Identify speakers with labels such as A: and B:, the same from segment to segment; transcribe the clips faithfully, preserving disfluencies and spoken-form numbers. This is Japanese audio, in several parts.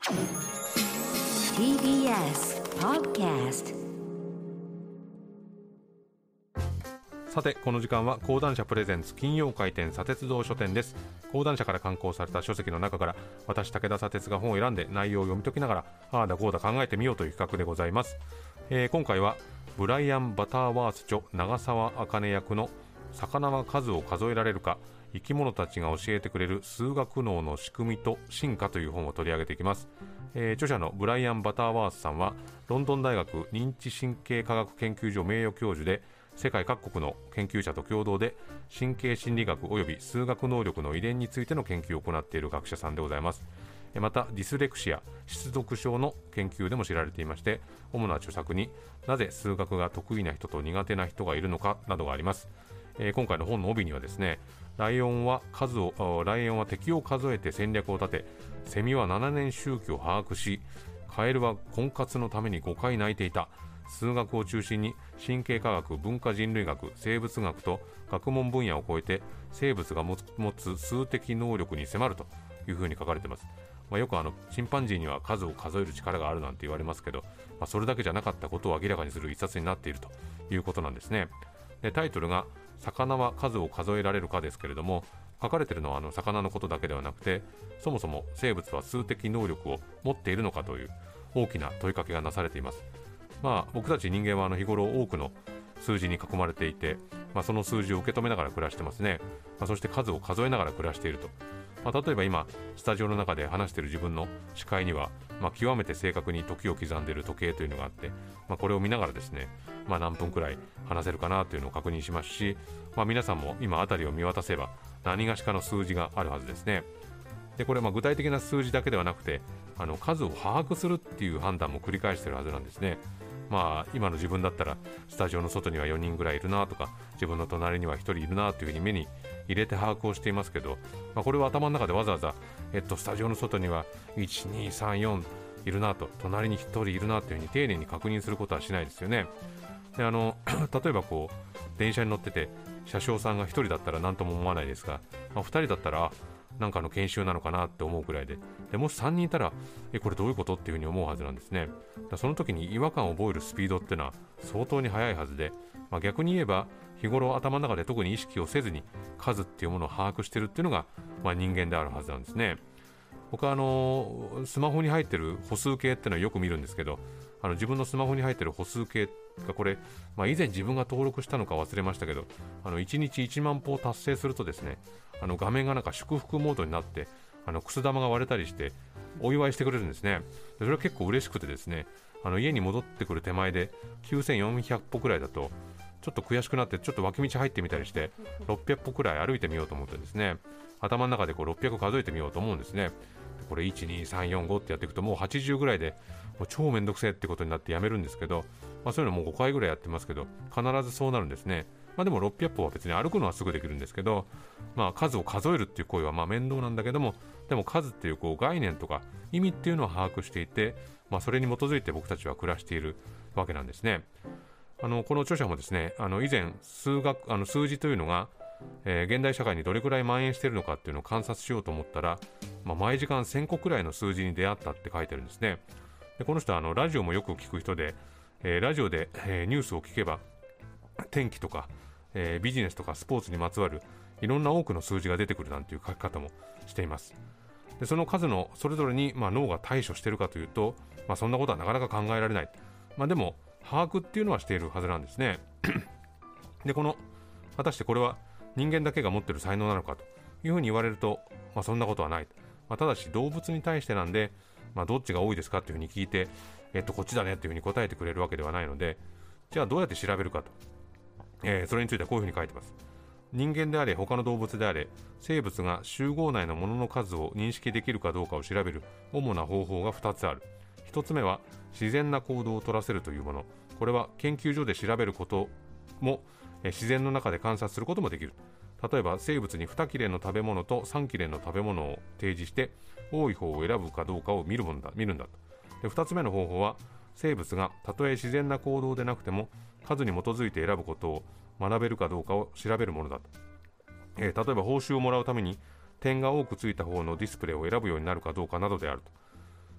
A: ティービーエス Podcast。
B: さてこの時間は講談社プレゼンツ金曜回転砂鉄道書店です。講談社から刊行された書籍の中から私武田砂鉄が本を選んで内容を読み解きながらああだこうだ考えてみようという企画でございます。えー、今回はブライアン・バターワース著長澤茜役の魚は数を数えられるか、生き物たちが教えてくれる数学脳の仕組みと進化という本を取り上げていきます。えー、著者のブライアン・バターワースさんはロンドン大学認知神経科学研究所名誉教授で、世界各国の研究者と共同で神経心理学及び数学能力の遺伝についての研究を行っている学者さんでございます。またディスレクシア、失読症の研究でも知られていまして、主な著作になぜ数学が得意な人と苦手な人がいるのかなどがあります。えー、今回の本の帯にはですね、ライオンは数をライオンは敵を数えて戦略を立て、セミはななねん周期を把握し、カエルは婚活のためにごかい泣いていた、数学を中心に神経科学、文化人類学、生物学と学問分野を超えて生物が持つ数的能力に迫るというふうに書かれています。まあ、よくあのチンパンジーには数を数える力があるなんて言われますけど、まあ、それだけじゃなかったことを明らかにする一冊になっているということなんですね。でタイトルが魚は数を数えられるかですけれども、書かれているのはあの魚のことだけではなくて、そもそも生物は数的能力を持っているのかという大きな問いかけがなされています。まあ、僕たち人間はあの日頃多くの数字に囲まれていて、まあ、その数字を受け止めながら暮らしてますね。まあ、そして数を数えながら暮らしていると。まあ、例えば今スタジオの中で話している自分の視界には、まあ、極めて正確に時を刻んでいる時計というのがあって、まあ、これを見ながらですね、まあ、何分くらい話せるかなというのを確認しますし、まあ、皆さんも今あたりを見渡せば何がしかの数字があるはずですね。でこれはまあ具体的な数字だけではなくて、あの数を把握するっていう判断も繰り返しているはずなんですね。まあ、今の自分だったらスタジオの外にはよにんぐらいいるなとか、自分の隣にはひとりいるなというふうに目に入れて把握をしていますけど、まあ、これは頭の中でわざわざ、えっと、スタジオの外にはいち、に、さん、よんいるなと、隣にひとりいるなというふうに丁寧に確認することはしないですよね。であの例えばこう電車に乗ってて車掌さんがひとりだったら何とも思わないですが、まあ、ふたりだったらなんかの研修なのかなって思うくらいで、でもしさんにんいたらえこれどういうことっていうふうに思うはずなんですね。だその時に違和感を覚えるスピードっていうのは相当に速いはずで、まあ、逆に言えば日頃頭の中で特に意識をせずに数っていうものを把握しているっていうのが、まあ、人間であるはずなんですね。僕はあのスマホに入ってる歩数計っていうのをよく見るんですけど、あの自分のスマホに入ってる歩数計がこれ、まあ、以前自分が登録したのか忘れましたけど、あのいちにちいちまん歩を達成するとですね、あの画面がなんか祝福モードになって、あのくす玉が割れたりしてお祝いしてくれるんですね。でそれは結構嬉しくてですね、あの家に戻ってくる手前できゅうせんよんひゃく歩くらいだとちょっと悔しくなって、ちょっと脇道入ってみたりしてろっぴゃく歩くらい歩いてみようと思ってですね、頭の中でこうろっぴゃく数えてみようと思うんですね。これいち、に、さん、よん、ごってやっていくともうはちじゅうぐらいでもう超めんどくせえってことになってやめるんですけど、まあ、そういうのもうごかいぐらいやってますけど必ずそうなるんですね。まあ、でもろっぴゃく歩は別に歩くのはすぐできるんですけど、まあ、数を数えるっていう行為はまあ面倒なんだけども、でも数っていうこう概念とか意味っていうのは把握していて、まあ、それに基づいて僕たちは暮らしているわけなんですね。あのこの著者もですね、あの以前数学あの数字というのが、えー、現代社会にどれくらい蔓延しているのかっていうのを観察しようと思ったら、まあ、毎時間せんこくらいの数字に出会ったって書いてるんですね。でこの人はあのラジオもよく聞く人で、えー、ラジオで、えー、ニュースを聞けば天気とか、えー、ビジネスとかスポーツにまつわるいろんな多くの数字が出てくるなんていう書き方もしています。でその数のそれぞれに、まあ、脳が対処しているかというと、まあ、そんなことはなかなか考えられない。まあ、でも把握っていうのはしているはずなんですね。でこの果たしてこれは人間だけが持っている才能なのかというふうに言われると、まあ、そんなことはない。まあ、ただし動物に対してなんで、まあ、どっちが多いですかというふうに聞いて、えっと、こっちだねというふうに答えてくれるわけではないので、じゃあどうやって調べるかと、えー、それについてはこういうふうに書いてます。人間であれ他の動物であれ、生物が集合内のものの数を認識できるかどうかを調べる主な方法がふたつある。ひとつめは自然な行動を取らせるというもの。これは研究所で調べることも、えー、自然の中で観察することもできる。例えば生物にに切れの食べ物とさん切れの食べ物を提示して多い方を選ぶかどうかを見るもんだ見るんだと。でふたつめの方法は生物がたとえ自然な行動でなくても数に基づいて選ぶことを学べるかどうかを調べるものだと。えー、例えば報酬をもらうために点が多くついた方のディスプレイを選ぶようになるかどうかなどであると。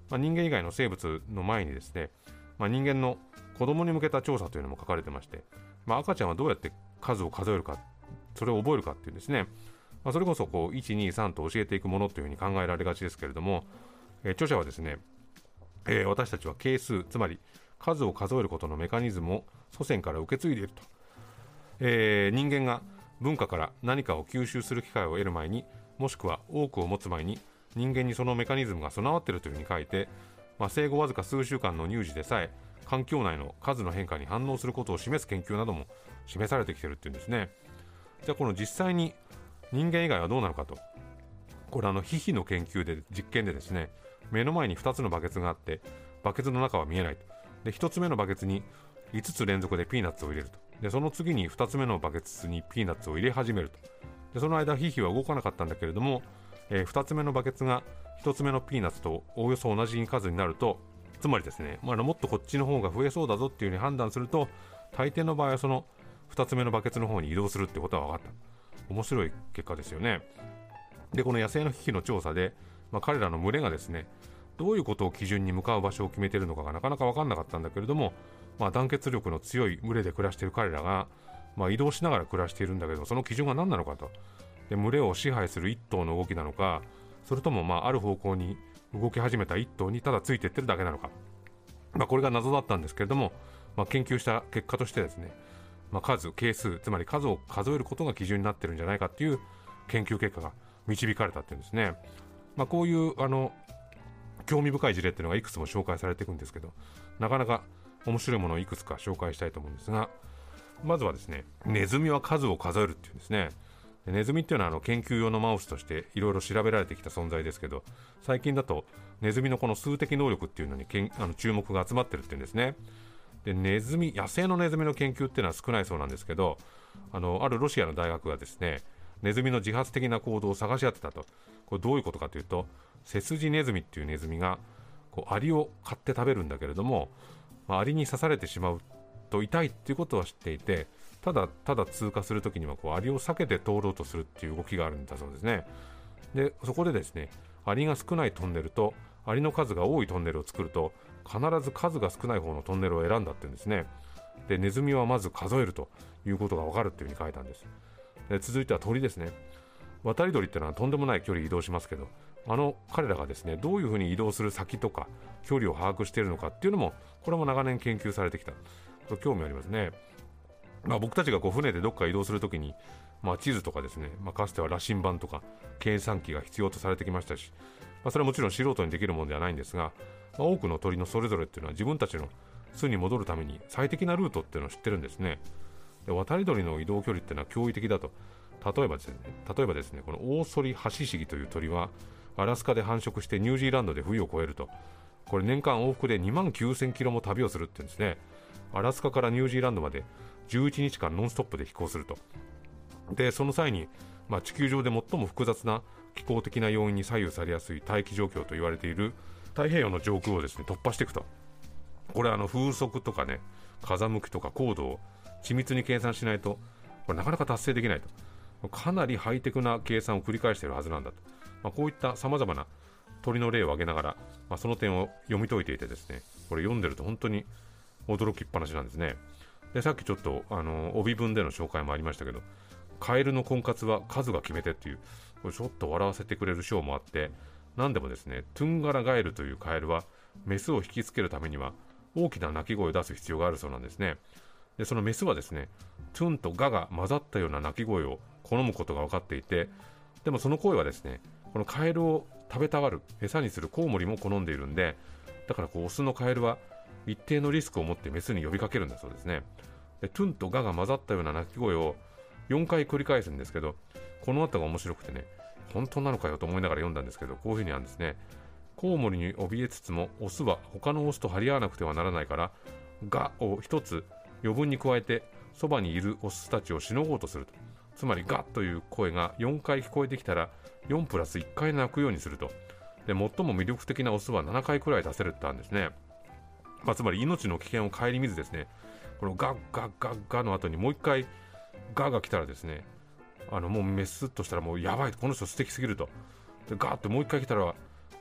B: まあ、人間以外の生物の前にですね、まあ、人間の子供に向けた調査というのも書かれてまして、まあ、赤ちゃんはどうやって数を数えるか、それを覚えるかっていうんですね、まあ、それこそこういち、に、さんと教えていくものというふうに考えられがちですけれども、えー、著者はですね、えー、私たちは係数、つまり数を数えることのメカニズムを祖先から受け継いでいると、えー、人間が文化から何かを吸収する機会を得る前に、もしくは多くを持つ前に人間にそのメカニズムが備わっているというふうに書いて、まあ、生後わずか数週間の乳児でさえ環境内の数の変化に反応することを示す研究なども示されてきているっていうんですね。じゃあこの実際に人間以外はどうなのかと、これあのヒヒの研究で実験でですね、目の前にふたつのバケツがあってバケツの中は見えないと。でひとつめのバケツにいつつ連続でピーナッツを入れると。でその次にふたつめのバケツにピーナッツを入れ始めると。でその間ヒヒは動かなかったんだけれども、えー、ふたつめのバケツがひとつめのピーナッツとおおよそ同じ数になると、つまりですね、まあ、もっとこっちの方が増えそうだぞっていうふうに判断すると、大抵の場合はそのふたつめのバケツの方に移動するってことは分かった。面白い結果ですよね。でこの野生のヒヒの調査で、まあ、彼らの群れがですね、どういうことを基準に向かう場所を決めているのかがなかなか分かんなかったんだけれども、まあ、団結力の強い群れで暮らしている彼らが、まあ、移動しながら暮らしているんだけど、その基準が何なのかと。で群れを支配する一頭の動きなのか、それともまあある方向に動き始めた一頭にただついていってるだけなのか、まあ、これが謎だったんですけれども、まあ、研究した結果としてですね、まあ、数、係数、つまり数を数えることが基準になってるんじゃないかっていう研究結果が導かれたっていうんですね。まあ、こういうあの興味深い事例っていうのがいくつも紹介されていくんですけど、なかなか面白いものをいくつか紹介したいと思うんですが、まずはですね、ネズミは数を数えるっていうんですね。でネズミっていうのはあの研究用のマウスとしていろいろ調べられてきた存在ですけど、最近だとネズミのこの数的能力っていうのにけんあの注目が集まってるっていうんですね。でネズミ、野生のネズミの研究っていうのは少ないそうなんですけど、あのあるロシアの大学がですね、ネズミの自発的な行動を探し当てたと。これどういうことかというと、背筋ネズミっていうネズミがこうアリを買って食べるんだけれども、まあ、アリに刺されてしまうと痛いっていうことは知っていて、ただただ通過するときにはこうアリを避けて通ろうとするっていう動きがあるんだそうですね。でそこでですね、アリが少ないトンネルとアリの数が多いトンネルを作ると、必ず数が少ない方のトンネルを選んだっていうんですね。でネズミはまず数えるということが分かるっていうふうに書いたんです。で続いては鳥ですね。渡り鳥っていうのはとんでもない距離移動しますけど、あの彼らがですね、どういうふうに移動する先とか距離を把握しているのかっていうのも、これも長年研究されてきた。興味ありますね。まあ、僕たちがこう船でどっか移動するときに、まあ、地図とかですね、まあ、かつては羅針盤とか計算機が必要とされてきましたし、まあ、それはもちろん素人にできるものではないんですが、まあ、多くの鳥のそれぞれっていうのは自分たちの巣に戻るために最適なルートっていうのを知ってるんですね。で渡り鳥の移動距離っていうのは驚異的だと。例えばですね、例えばですね、このオオソリハシシギという鳥はアラスカで繁殖してニュージーランドで冬を越えると。これ年間往復でにまんきゅうせんキロも旅をするっていうんですね。アラスカからニュージーランドまでじゅういちにちかんノンストップで飛行すると。でその際に、まあ、地球上で最も複雑な気候的な要因に左右されやすい大気状況と言われている太平洋の上空をですね突破していくと。これはあの風速とかね、風向きとか高度を緻密に計算しないとこれなかなか達成できないと。かなりハイテクな計算を繰り返しているはずなんだと。まあ、こういったさまざまな鳥の例を挙げながら、まあ、その点を読み解いていてですね、これ読んでると本当に驚きっぱなしなんですね。でさっきちょっとあの帯文での紹介もありましたけど、カエルの婚活は数が決めてっていう、これちょっと笑わせてくれる章もあって、何でもですね、トゥンガラガエルというカエルはメスを引きつけるためには大きな鳴き声を出す必要があるそうなんですね。でそのメスはですね、トゥンとガが混ざったような鳴き声を好むことが分かっていて、でもその声はですね、このカエルを食べたがる餌にするコウモリも好んでいるんで、だからこうオスのカエルは一定のリスクを持ってメスに呼びかけるんだそうですね。でトゥンとガが混ざったような鳴き声をよんかい繰り返すんですけど、この後が面白くてね、本当なのかよと思いながら読んだんですけど、こういうふうにあるんですね。コウモリに怯えつつもオスは他のオスと張り合わなくてはならないから、ガを一つ余分に加えてそばにいるオスたちをしのごうとすると。つまりガという声がよんかい聞こえてきたらよんプラスいっかい鳴くようにすると。で最も魅力的なオスはななかいくらい出せるってあるんですね。まあ、つまり命の危険を顧みずですね、このガッガッガッガの後にもういっかいガが来たらですね、あのもうメスとしたらもうやばい、この人素敵すぎると。でガーってもういっかい来たら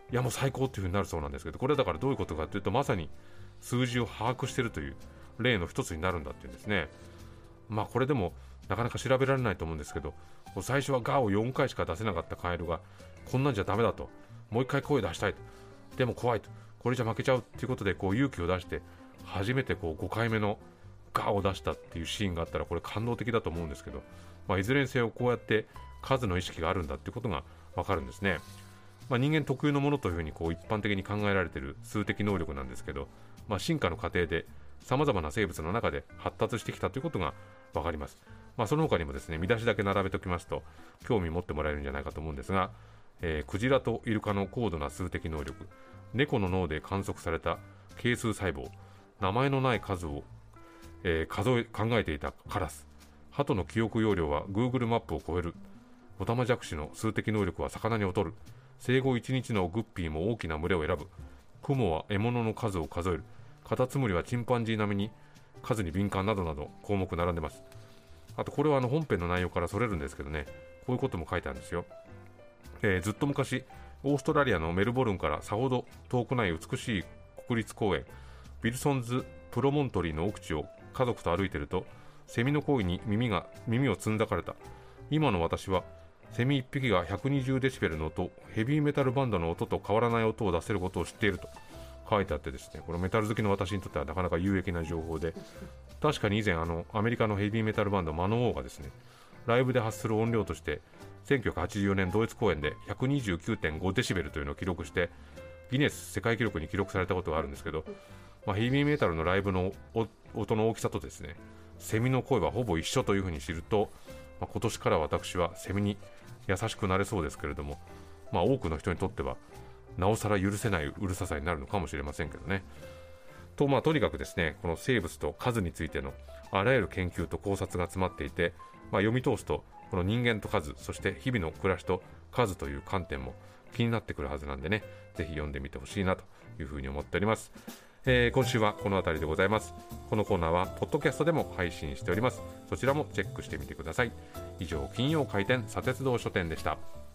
B: いやもう最高っていう風になるそうなんですけど、これはだからどういうことかというと、まさに数字を把握しているという例の一つになるんだっていうんですね。まあこれでもなかなか調べられないと思うんですけど、最初はガーをよんかいしか出せなかったカエルが、こんなんじゃダメだと、もう一回声出したいと、でも怖いと、これじゃ負けちゃうっていうことでこう勇気を出して初めてこうごかいめのガーを出したっていうシーンがあったら、これ感動的だと思うんですけど、まあ、いずれにせよこうやって数の意識があるんだっていうことが分かるんですね。まあ、人間特有のものというふうにこう一般的に考えられている数的能力なんですけど、まあ、進化の過程でさまざまな生物の中で発達してきたということが分かります。まあ、その他にもですね、見出しだけ並べておきますと興味持ってもらえるんじゃないかと思うんですが、えー、クジラとイルカの高度な数的能力、猫の脳で観測された係数細胞、名前のない数を、えー、数え考えていたカラス、鳩の記憶容量は Google マップを超える、オタマジャクシの数的能力は魚に劣る、生後いちにちのグッピーも大きな群れを選ぶ、クモは獲物の数を数える、カタツムリはチンパンジー並みに数に敏感などなど項目並んでます。あとこれはあの本編の内容からそれるんですけどね、こういうことも書いてあるんですよ。えー、ずっと昔オーストラリアのメルボルンからさほど遠くない美しい国立公園ウィルソンズ・プロモントリーの奥地を家族と歩いていると、セミの声に耳が耳をつんだかれた。今の私はセミいっぴきがひゃくにじゅうデシベルの音、ヘビーメタルバンドの音と変わらない音を出せることを知っていると書いてあってですね、これメタル好きの私にとってはなかなか有益な情報で、確かに以前あのアメリカのヘビーメタルバンドマノウォーがですね、ライブで発する音量としてせんきゅうひゃくはちじゅうよねんドイツ公演で ひゃくにじゅうきゅうてんごデシベルというのを記録してギネス世界記録に記録されたことがあるんですけど、まあ、ヘビーメタルのライブの音の大きさとですね、セミの声はほぼ一緒というふうに知ると、まあ、今年から私はセミに優しくなれそうですけれども、まあ、多くの人にとってはなおさら許せないうるささになるのかもしれませんけどね。と、まあ、とにかくですね、この生物と数についてのあらゆる研究と考察が詰まっていて、まあ、読み通すとこの人間と数、そして日々の暮らしと数という観点も気になってくるはずなんでね、ぜひ読んでみてほしいなというふうに思っております。えー、今週はこの辺りでございます。このコーナーはポッドキャストでも配信しております。そちらもチェックしてみてください。以上、金曜開店砂鉄道書店でした。